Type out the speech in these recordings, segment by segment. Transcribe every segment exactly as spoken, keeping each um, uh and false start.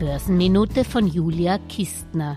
Börsenminute von Julia Kistner.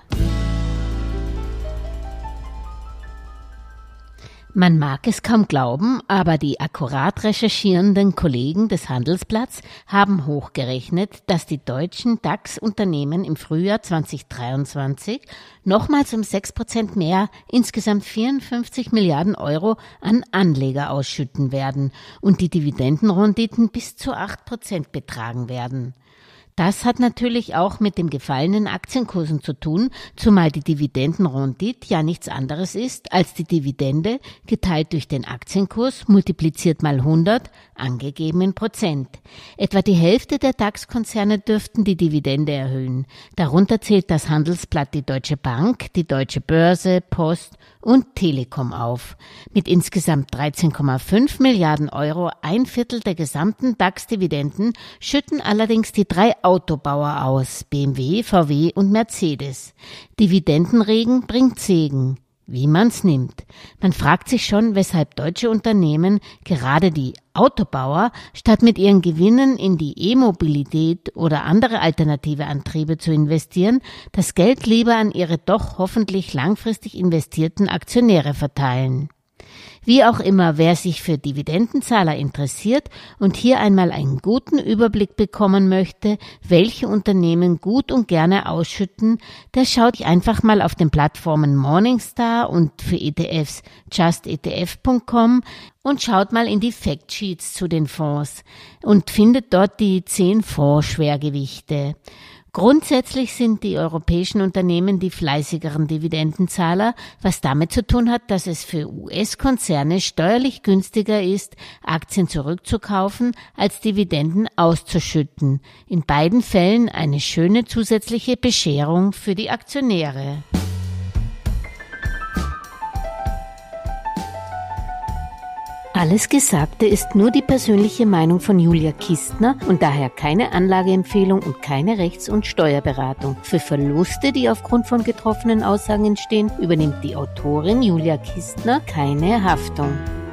Man mag es kaum glauben, aber die akkurat recherchierenden Kollegen des Handelsblatts haben hochgerechnet, dass die deutschen DAX-Unternehmen im Frühjahr zweitausenddreiundzwanzig nochmals um sechs Prozent mehr, insgesamt vierundfünfzig Milliarden Euro, an Anleger ausschütten werden und die Dividendenrenditen bis zu acht Prozent betragen werden. Das hat natürlich auch mit dem gefallenen Aktienkursen zu tun, zumal die Dividendenrendite ja nichts anderes ist als die Dividende geteilt durch den Aktienkurs multipliziert mal hundert, angegeben in Prozent. Etwa die Hälfte der DAX-Konzerne dürften die Dividende erhöhen. Darunter zählt das Handelsblatt die Deutsche Bank, die Deutsche Börse, Post und Telekom auf. Mit insgesamt dreizehn Komma fünf Milliarden Euro, ein Viertel der gesamten DAX-Dividenden, schütten allerdings die drei Autobauer aus, B M W, V W und Mercedes. Dividendenregen bringt Segen. Wie man's nimmt. Man fragt sich schon, weshalb deutsche Unternehmen, gerade die Autobauer, statt mit ihren Gewinnen in die E-Mobilität oder andere alternative Antriebe zu investieren, das Geld lieber an ihre doch hoffentlich langfristig investierten Aktionäre verteilen. Wie auch immer, wer sich für Dividendenzahler interessiert und hier einmal einen guten Überblick bekommen möchte, welche Unternehmen gut und gerne ausschütten, der schaut einfach mal auf den Plattformen Morningstar und für E T Fs just E T F punkt com und schaut mal in die Factsheets zu den Fonds und findet dort die zehn Fonds-Schwergewichte. Grundsätzlich sind die europäischen Unternehmen die fleißigeren Dividendenzahler, was damit zu tun hat, dass es für U S-Konzerne steuerlich günstiger ist, Aktien zurückzukaufen, als Dividenden auszuschütten. In beiden Fällen eine schöne zusätzliche Bescherung für die Aktionäre. Alles Gesagte ist nur die persönliche Meinung von Julia Kistner und daher keine Anlageempfehlung und keine Rechts- und Steuerberatung. Für Verluste, die aufgrund von getroffenen Aussagen entstehen, übernimmt die Autorin Julia Kistner keine Haftung.